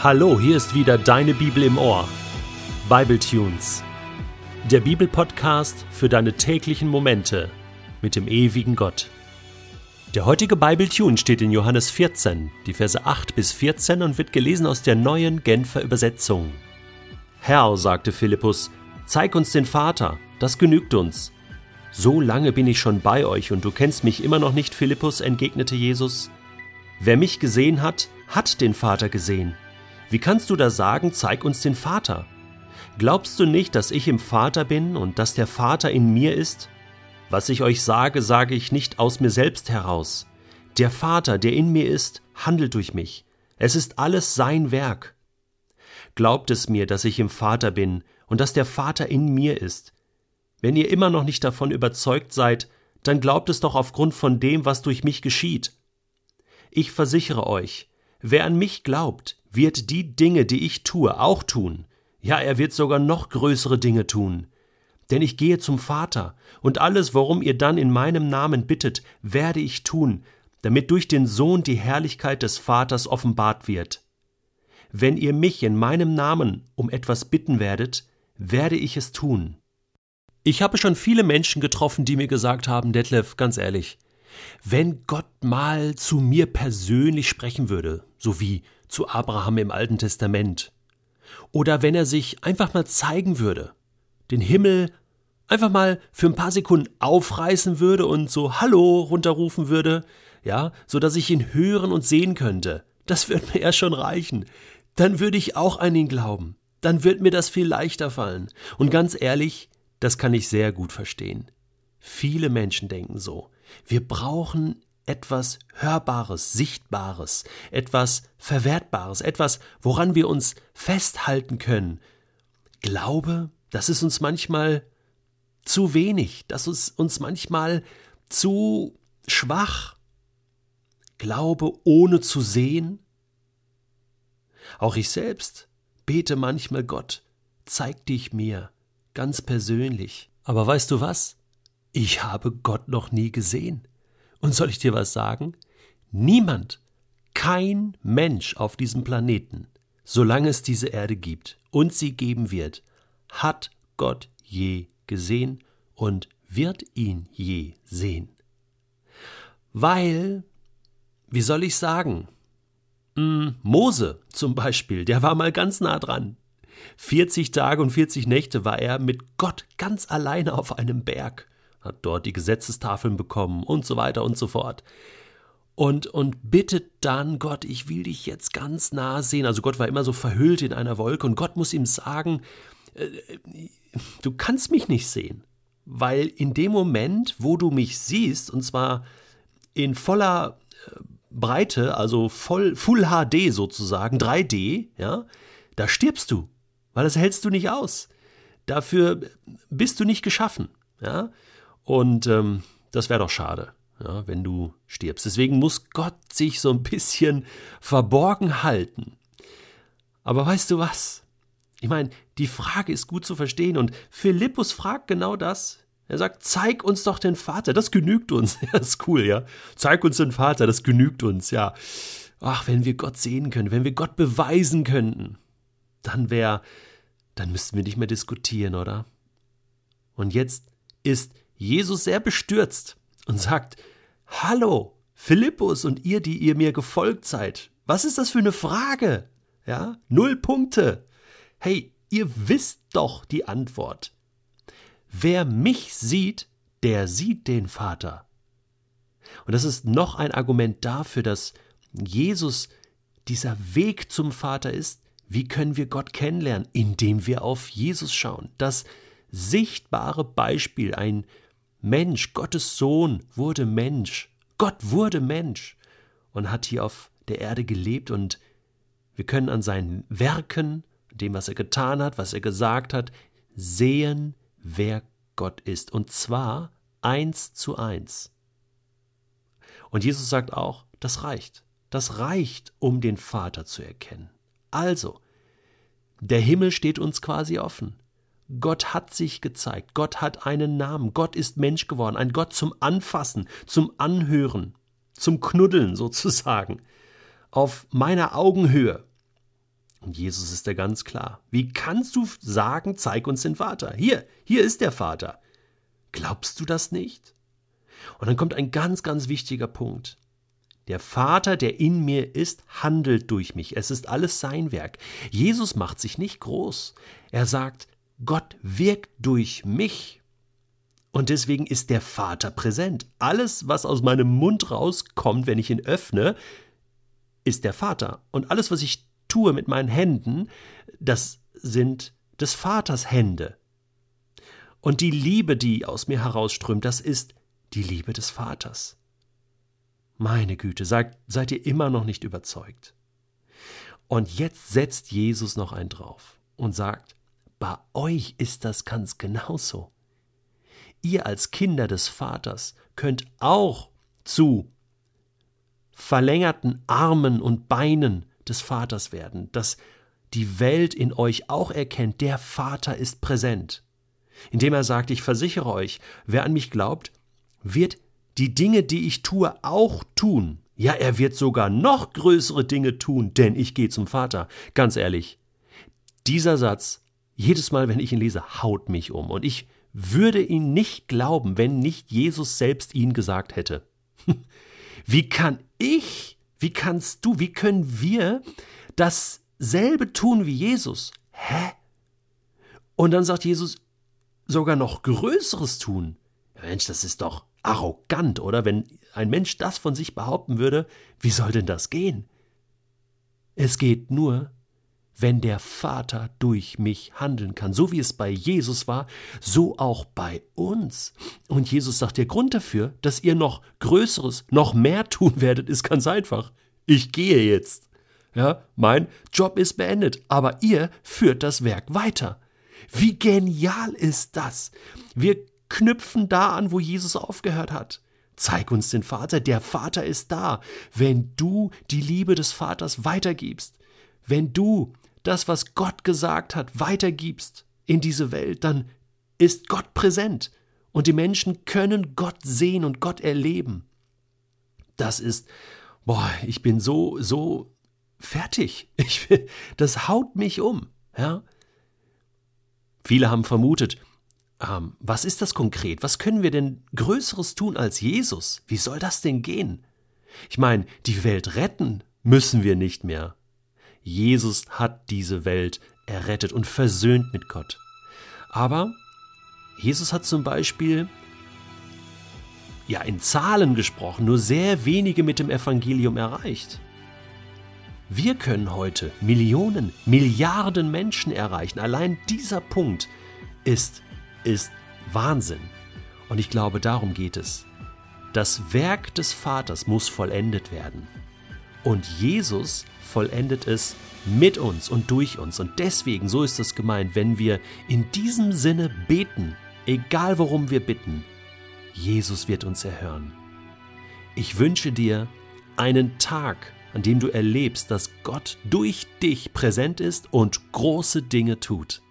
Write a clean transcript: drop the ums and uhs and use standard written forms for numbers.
Hallo, hier ist wieder deine Bibel im Ohr. Bible Tunes. Der Bibelpodcast für deine täglichen Momente mit dem ewigen Gott. Der heutige Bible Tune steht in Johannes 14, die Verse 8 bis 14 und wird gelesen aus der neuen Genfer Übersetzung. Herr, sagte Philippus, zeig uns den Vater, das genügt uns. So lange bin ich schon bei euch und du kennst mich immer noch nicht, Philippus, entgegnete Jesus. Wer mich gesehen hat, hat den Vater gesehen. Wie kannst du da sagen, zeig uns den Vater? Glaubst du nicht, dass ich im Vater bin und dass der Vater in mir ist? Was ich euch sage, sage ich nicht aus mir selbst heraus. Der Vater, der in mir ist, handelt durch mich. Es ist alles sein Werk. Glaubt es mir, dass ich im Vater bin und dass der Vater in mir ist. Wenn ihr immer noch nicht davon überzeugt seid, dann glaubt es doch aufgrund von dem, was durch mich geschieht. Ich versichere euch, wer an mich glaubt, wird die Dinge, die ich tue, auch tun. Ja, er wird sogar noch größere Dinge tun. Denn ich gehe zum Vater, und alles, worum ihr dann in meinem Namen bittet, werde ich tun, damit durch den Sohn die Herrlichkeit des Vaters offenbart wird. Wenn ihr mich in meinem Namen um etwas bitten werdet, werde ich es tun. Ich habe schon viele Menschen getroffen, die mir gesagt haben, Detlef, ganz ehrlich, wenn Gott mal zu mir persönlich sprechen würde, so wie zu Abraham im Alten Testament, oder wenn er sich einfach mal zeigen würde, den Himmel einfach mal für ein paar Sekunden aufreißen würde und so Hallo runterrufen würde, ja, so dass ich ihn hören und sehen könnte, das würde mir ja schon reichen. Dann würde ich auch an ihn glauben. Dann wird mir das viel leichter fallen. Und ganz ehrlich, das kann ich sehr gut verstehen. Viele Menschen denken so. Wir brauchen etwas Hörbares, Sichtbares, etwas Verwertbares, etwas, woran wir uns festhalten können. Glaube, das ist uns manchmal zu wenig, das ist uns manchmal zu schwach. Glaube ohne zu sehen. Auch ich selbst bete manchmal, Gott, zeig dich mir ganz persönlich. Aber weißt du was? Ich habe Gott noch nie gesehen. Und soll ich dir was sagen? Niemand, kein Mensch auf diesem Planeten, solange es diese Erde gibt und sie geben wird, hat Gott je gesehen und wird ihn je sehen. Weil, wie soll ich sagen, Mose zum Beispiel, der war mal ganz nah dran. 40 Tage und 40 Nächte war er mit Gott ganz alleine auf einem Berg, hat dort die Gesetzestafeln bekommen und so weiter und so fort. Und bittet dann Gott, ich will dich jetzt ganz nah sehen. Also Gott war immer so verhüllt in einer Wolke und Gott muss ihm sagen, du kannst mich nicht sehen, weil in dem Moment, wo du mich siehst, und zwar in voller Breite, also Full HD sozusagen, 3D, ja, da stirbst du, weil das hältst du nicht aus. Dafür bist du nicht geschaffen, ja. Und das wäre doch schade, ja, wenn du stirbst. Deswegen muss Gott sich so ein bisschen verborgen halten. Aber weißt du was? Ich meine, die Frage ist gut zu verstehen und Philippus fragt genau das. Er sagt, zeig uns doch den Vater, das genügt uns. Ja, das ist cool, ja. Zeig uns den Vater, das genügt uns, ja. Ach, wenn wir Gott sehen können, wenn wir Gott beweisen könnten, dann müssten wir nicht mehr diskutieren, oder? Und jetzt ist Jesus sehr bestürzt und sagt, hallo, Philippus und ihr, die ihr mir gefolgt seid, was ist das für eine Frage? Ja, 0 Punkte. Hey, ihr wisst doch die Antwort. Wer mich sieht, der sieht den Vater. Und das ist noch ein Argument dafür, dass Jesus dieser Weg zum Vater ist. Wie können wir Gott kennenlernen? Indem wir auf Jesus schauen. Das sichtbare Beispiel, ein Mensch, Gottes Sohn, wurde Mensch. Gott wurde Mensch und hat hier auf der Erde gelebt und wir können an seinen Werken, dem, was er getan hat, was er gesagt hat, sehen, wer Gott ist. Und zwar 1:1. Und Jesus sagt auch, das reicht. Das reicht, um den Vater zu erkennen. Also, der Himmel steht uns quasi offen. Gott hat sich gezeigt, Gott hat einen Namen, Gott ist Mensch geworden, ein Gott zum Anfassen, zum Anhören, zum Knuddeln sozusagen, auf meiner Augenhöhe. Und Jesus ist da ganz klar. Wie kannst du sagen, zeig uns den Vater? Hier ist der Vater. Glaubst du das nicht? Und dann kommt ein ganz, ganz wichtiger Punkt. Der Vater, der in mir ist, handelt durch mich. Es ist alles sein Werk. Jesus macht sich nicht groß. Er sagt, Gott wirkt durch mich. Und deswegen ist der Vater präsent. Alles, was aus meinem Mund rauskommt, wenn ich ihn öffne, ist der Vater. Und alles, was ich tue mit meinen Händen, das sind des Vaters Hände. Und die Liebe, die aus mir herausströmt, das ist die Liebe des Vaters. Meine Güte, seid ihr immer noch nicht überzeugt? Und jetzt setzt Jesus noch einen drauf und sagt, bei euch ist das ganz genauso. Ihr als Kinder des Vaters könnt auch zu verlängerten Armen und Beinen des Vaters werden, dass die Welt in euch auch erkennt, der Vater ist präsent. Indem er sagt, ich versichere euch, wer an mich glaubt, wird die Dinge, die ich tue, auch tun. Ja, er wird sogar noch größere Dinge tun, denn ich gehe zum Vater. Ganz ehrlich, dieser Satz, jedes Mal, wenn ich ihn lese, haut mich um. Und ich würde ihn nicht glauben, wenn nicht Jesus selbst ihn gesagt hätte. Wie kann ich, wie kannst du, wie können wir dasselbe tun wie Jesus? Hä? Und dann sagt Jesus, sogar noch Größeres tun. Mensch, das ist doch arrogant, oder? Wenn ein Mensch das von sich behaupten würde, wie soll denn das gehen? Es geht nur, wenn der Vater durch mich handeln kann. So wie es bei Jesus war, so auch bei uns. Und Jesus sagt, der Grund dafür, dass ihr noch Größeres, noch mehr tun werdet, ist ganz einfach. Ich gehe jetzt. Ja, mein Job ist beendet, aber ihr führt das Werk weiter. Wie genial ist das? Wir knüpfen da an, wo Jesus aufgehört hat. Zeig uns den Vater, der Vater ist da. Wenn du die Liebe des Vaters weitergibst, wenn du das, was Gott gesagt hat, weitergibst in diese Welt, dann ist Gott präsent und die Menschen können Gott sehen und Gott erleben. Das ist, ich bin so fertig. Das haut mich um. Ja? Viele haben vermutet, was ist das konkret? Was können wir denn Größeres tun als Jesus? Wie soll das denn gehen? Ich meine, die Welt retten müssen wir nicht mehr. Jesus hat diese Welt errettet und versöhnt mit Gott. Aber Jesus hat zum Beispiel, in Zahlen gesprochen, nur sehr wenige mit dem Evangelium erreicht. Wir können heute Millionen, Milliarden Menschen erreichen. Allein dieser Punkt ist Wahnsinn. Und ich glaube, darum geht es. Das Werk des Vaters muss vollendet werden. Und Jesus vollendet es mit uns und durch uns. Und deswegen, so ist es gemeint, wenn wir in diesem Sinne beten, egal worum wir bitten, Jesus wird uns erhören. Ich wünsche dir einen Tag, an dem du erlebst, dass Gott durch dich präsent ist und große Dinge tut.